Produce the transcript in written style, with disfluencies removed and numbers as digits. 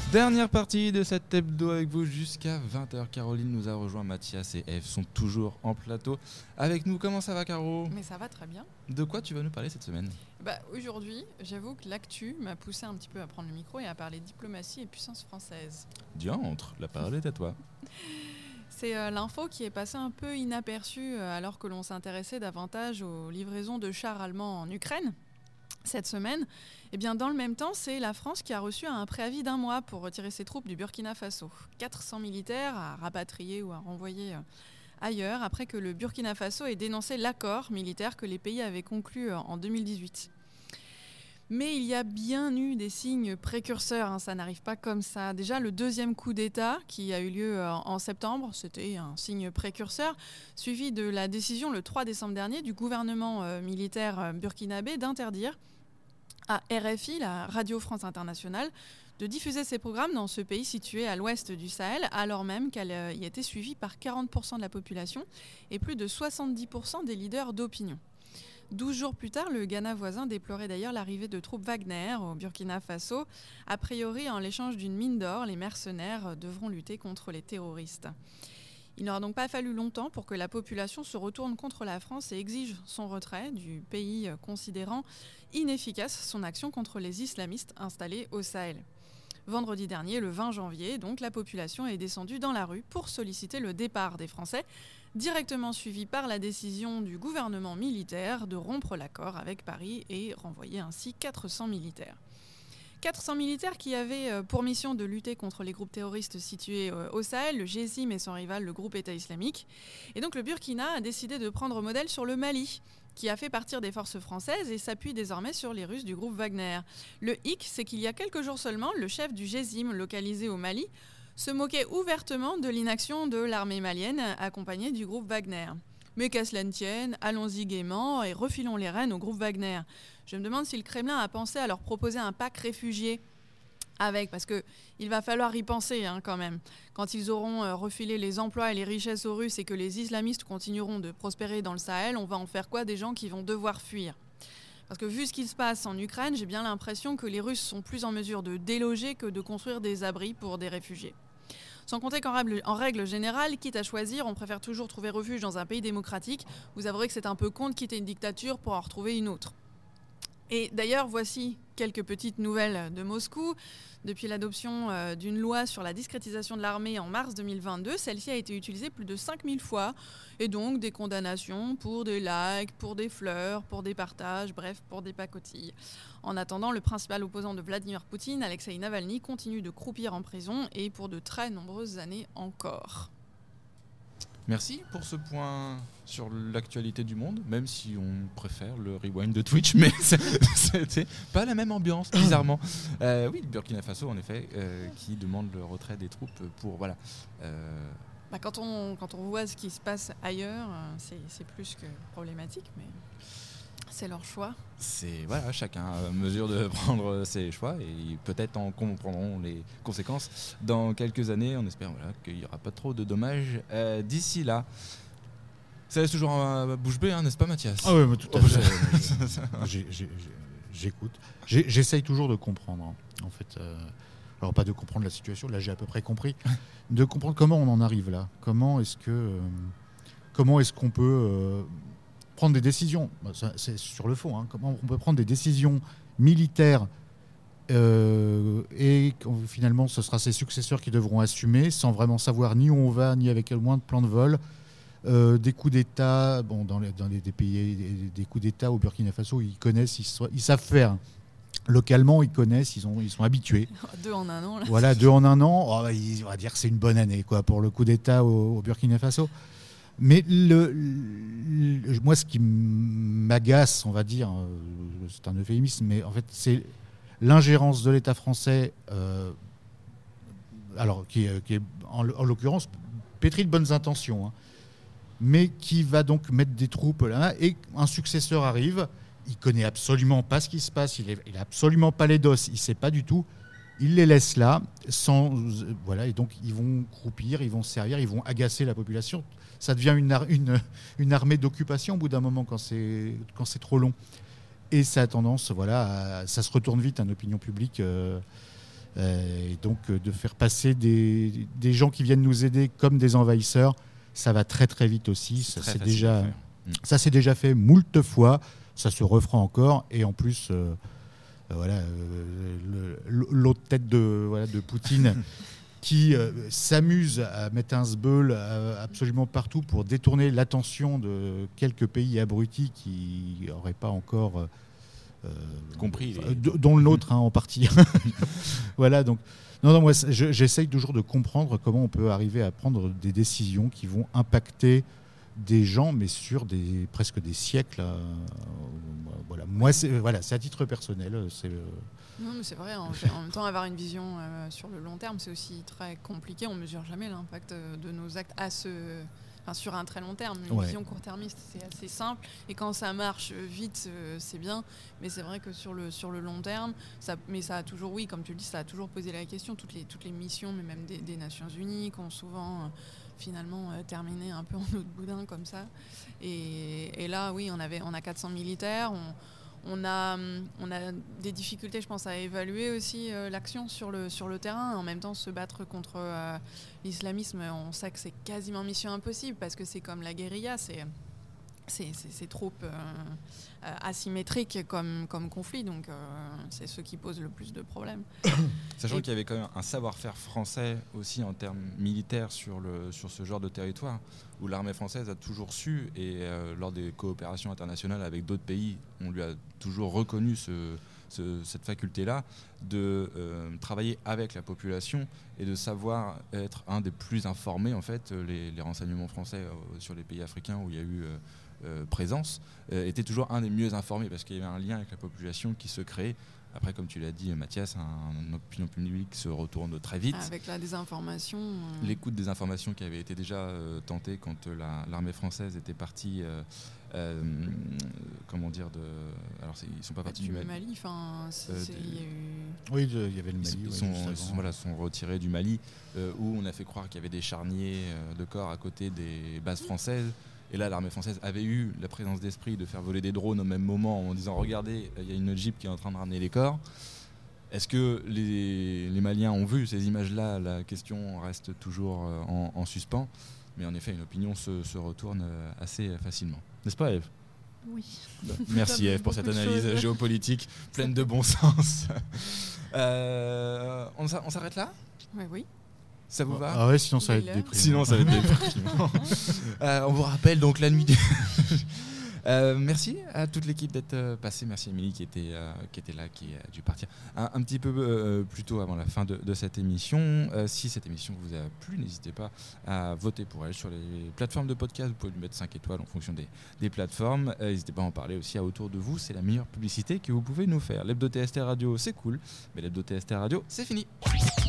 Dernière partie de cette hebdo avec vous jusqu'à 20h. Caroline nous a rejoint, Mathias et Eve sont toujours en plateau avec nous. Comment ça va, Caro ? Mais ça va très bien. De quoi tu vas nous parler cette semaine ? Aujourd'hui, j'avoue que l'actu m'a poussé un petit peu à prendre le micro et à parler diplomatie et puissance française. Diantre, la parole est à toi. C'est l'info qui est passée un peu inaperçue alors que l'on s'intéressait davantage aux livraisons de chars allemands en Ukraine. Cette semaine, dans le même temps, c'est la France qui a reçu un préavis d'1 mois pour retirer ses troupes du Burkina Faso. 400 militaires à rapatrier ou à renvoyer ailleurs après que le Burkina Faso ait dénoncé l'accord militaire que les pays avaient conclu en 2018. Mais il y a bien eu des signes précurseurs, ça n'arrive pas comme ça. Déjà, le deuxième coup d'État qui a eu lieu en septembre, c'était un signe précurseur, suivi de la décision le 3 décembre dernier du gouvernement militaire burkinabé d'interdire à RFI, la Radio France Internationale, de diffuser ses programmes dans ce pays situé à l'ouest du Sahel, alors même qu'elle y était suivie par 40% de la population et plus de 70% des leaders d'opinion. 12 jours plus tard, le Ghana voisin déplorait d'ailleurs l'arrivée de troupes Wagner au Burkina Faso. A priori, en l'échange d'une mine d'or, les mercenaires devront lutter contre les terroristes. Il n'aura donc pas fallu longtemps pour que la population se retourne contre la France et exige son retrait du pays, considérant inefficace son action contre les islamistes installés au Sahel. Vendredi dernier, le 20 janvier, donc, la population est descendue dans la rue pour solliciter le départ des Français, directement suivi par la décision du gouvernement militaire de rompre l'accord avec Paris et renvoyer ainsi 400 militaires. 400 militaires qui avaient pour mission de lutter contre les groupes terroristes situés au Sahel, le GSIM et son rival, le groupe État islamique. Et donc le Burkina a décidé de prendre modèle sur le Mali, qui a fait partir des forces françaises et s'appuie désormais sur les Russes du groupe Wagner. Le hic, c'est qu'il y a quelques jours seulement, le chef du GSIM, localisé au Mali, se moquait ouvertement de l'inaction de l'armée malienne accompagnée du groupe Wagner. Mais qu'à cela ne tienne, allons-y gaiement et refilons les rênes au groupe Wagner. Je me demande si le Kremlin a pensé à leur proposer un pacte réfugié parce qu'il va falloir y penser quand même. Quand ils auront refilé les emplois et les richesses aux Russes et que les islamistes continueront de prospérer dans le Sahel, on va en faire quoi des gens qui vont devoir fuir ? Parce que vu ce qui se passe en Ukraine, j'ai bien l'impression que les Russes sont plus en mesure de déloger que de construire des abris pour des réfugiés. Sans compter qu'en règle générale, quitte à choisir, on préfère toujours trouver refuge dans un pays démocratique. Vous avouerez que c'est un peu con de quitter une dictature pour en retrouver une autre. Et d'ailleurs, voici quelques petites nouvelles de Moscou. Depuis l'adoption d'une loi sur la discrétisation de l'armée en mars 2022, celle-ci a été utilisée plus de 5000 fois. Et donc des condamnations pour des likes, pour des fleurs, pour des partages, bref, pour des pacotilles. En attendant, le principal opposant de Vladimir Poutine, Alexeï Navalny, continue de croupir en prison et pour de très nombreuses années encore. Merci pour ce point sur l'actualité du monde, même si on préfère le rewind de Twitch, mais c'était pas la même ambiance, bizarrement. Oui, le Burkina Faso, en effet, qui demande le retrait des troupes pour... Voilà. Quand on voit ce qui se passe ailleurs, c'est plus que problématique, mais c'est leur choix. Chacun a mesure de prendre ses choix et peut-être en comprendront les conséquences dans quelques années. On espère qu'il n'y aura pas trop de dommages d'ici là. Ça laisse toujours un bouche bée, n'est-ce pas, Mathias ? Ah oui, tout à fait. J'écoute. J'essaye toujours de comprendre, en fait. Alors pas de comprendre la situation, là j'ai à peu près compris, de comprendre comment on en arrive là. Comment est-ce qu'on peut prendre des décisions, c'est sur le fond, comment on peut prendre des décisions militaires et finalement ce sera ses successeurs qui devront assumer sans vraiment savoir ni où on va, ni avec le moins de plan de vol. Des coups d'État, dans des pays, des coups d'État au Burkina Faso, ils connaissent, ils savent faire. Localement, ils connaissent, ils sont habitués. 2 en 1 an. Là. Voilà, 2 en 1 an. On va dire que c'est une bonne année pour le coup d'État au Burkina Faso. Mais moi, ce qui m'agace, on va dire, c'est un euphémisme, mais en fait, c'est l'ingérence de l'État français, qui est en l'occurrence pétri de bonnes intentions, mais qui va donc mettre des troupes là, et un successeur arrive. Il connaît absolument pas ce qui se passe, il a absolument pas les doses, il sait pas du tout. Il les laisse là, et donc ils vont croupir, ils vont servir, ils vont agacer la population. Ça devient une armée d'occupation au bout d'un moment quand c'est trop long. Et ça a tendance, ça se retourne vite, une opinion publique Et donc de faire passer des gens qui viennent nous aider comme des envahisseurs, ça va très très vite aussi. Ça s'est déjà fait moult fois, ça se refera encore. Et en plus, l'autre tête de Poutine qui s'amuse à mettre un sbeul absolument partout pour détourner l'attention de quelques pays abrutis qui n'auraient pas encore compris, dont le nôtre en partie. Voilà, donc moi j'essaye toujours de comprendre comment on peut arriver à prendre des décisions qui vont impacter des gens, mais sur presque des siècles. Voilà, moi c'est à titre personnel. Non, mais c'est vrai, en même temps, avoir une vision sur le long terme, c'est aussi très compliqué. On ne mesure jamais l'impact de nos actes sur un très long terme. Une vision court-termiste, c'est assez simple. Et quand ça marche vite, c'est bien. Mais c'est vrai que sur le long terme, ça a toujours, comme tu le dis, ça a toujours posé la question. Toutes les missions, mais même des Nations Unies, qui ont souvent finalement terminé un peu en eau de boudin comme ça. Et là, oui, on a 400 militaires. On a des difficultés, je pense, à évaluer aussi l'action sur le terrain. En même temps, se battre contre l'islamisme, on sait que c'est quasiment mission impossible parce que c'est comme la guérilla, c'est trop asymétrique comme conflit, donc c'est ce qui pose le plus de problèmes. Sachant qu'il y avait quand même un savoir-faire français aussi en termes militaires sur ce genre de territoire, où l'armée française a toujours su, et lors des coopérations internationales avec d'autres pays, on lui a toujours reconnu cette faculté-là de travailler avec la population et de savoir être un des plus informés. En fait, les renseignements français sur les pays africains où il y a eu présence était toujours un des mieux informés parce qu'il y avait un lien avec la population qui se créait. Après, comme tu l'as dit, Mathias, une opinion publique se retourne très vite. Avec la désinformation. L'écoute des informations qui avait été déjà tentée quand l'armée française était partie. Comment dire alors ils sont pas partis du Mali. Il y a eu... Oui, il y avait le Mali. Ils sont retirés du Mali où on a fait croire qu'il y avait des charniers de corps à côté des bases françaises. Et là, l'armée française avait eu la présence d'esprit de faire voler des drones au même moment en disant « Regardez, il y a une Jeep qui est en train de ramener les corps ». Est-ce que les Maliens ont vu ces images-là ? La question reste toujours en suspens. Mais en effet, une opinion se retourne assez facilement. N'est-ce pas, Ève ? Oui. Merci, Ève, pour cette analyse géopolitique pleine de bon sens. On s'arrête là ? Oui. Ça vous va ? Ah ouais, sinon ça va être déprimant. Sinon ça va être déprimant. On vous rappelle donc la nuit merci à toute l'équipe d'être passée. Merci Émilie qui était là, qui a dû partir un petit peu plus tôt avant la fin de cette émission. Si cette émission vous a plu, n'hésitez pas à voter pour elle sur les plateformes de podcast. Vous pouvez lui mettre 5 étoiles en fonction des plateformes. N'hésitez pas à en parler aussi autour de vous. C'est la meilleure publicité que vous pouvez nous faire. L'Hebdo TST Radio, c'est cool, mais l'Hebdo TST Radio, c'est fini.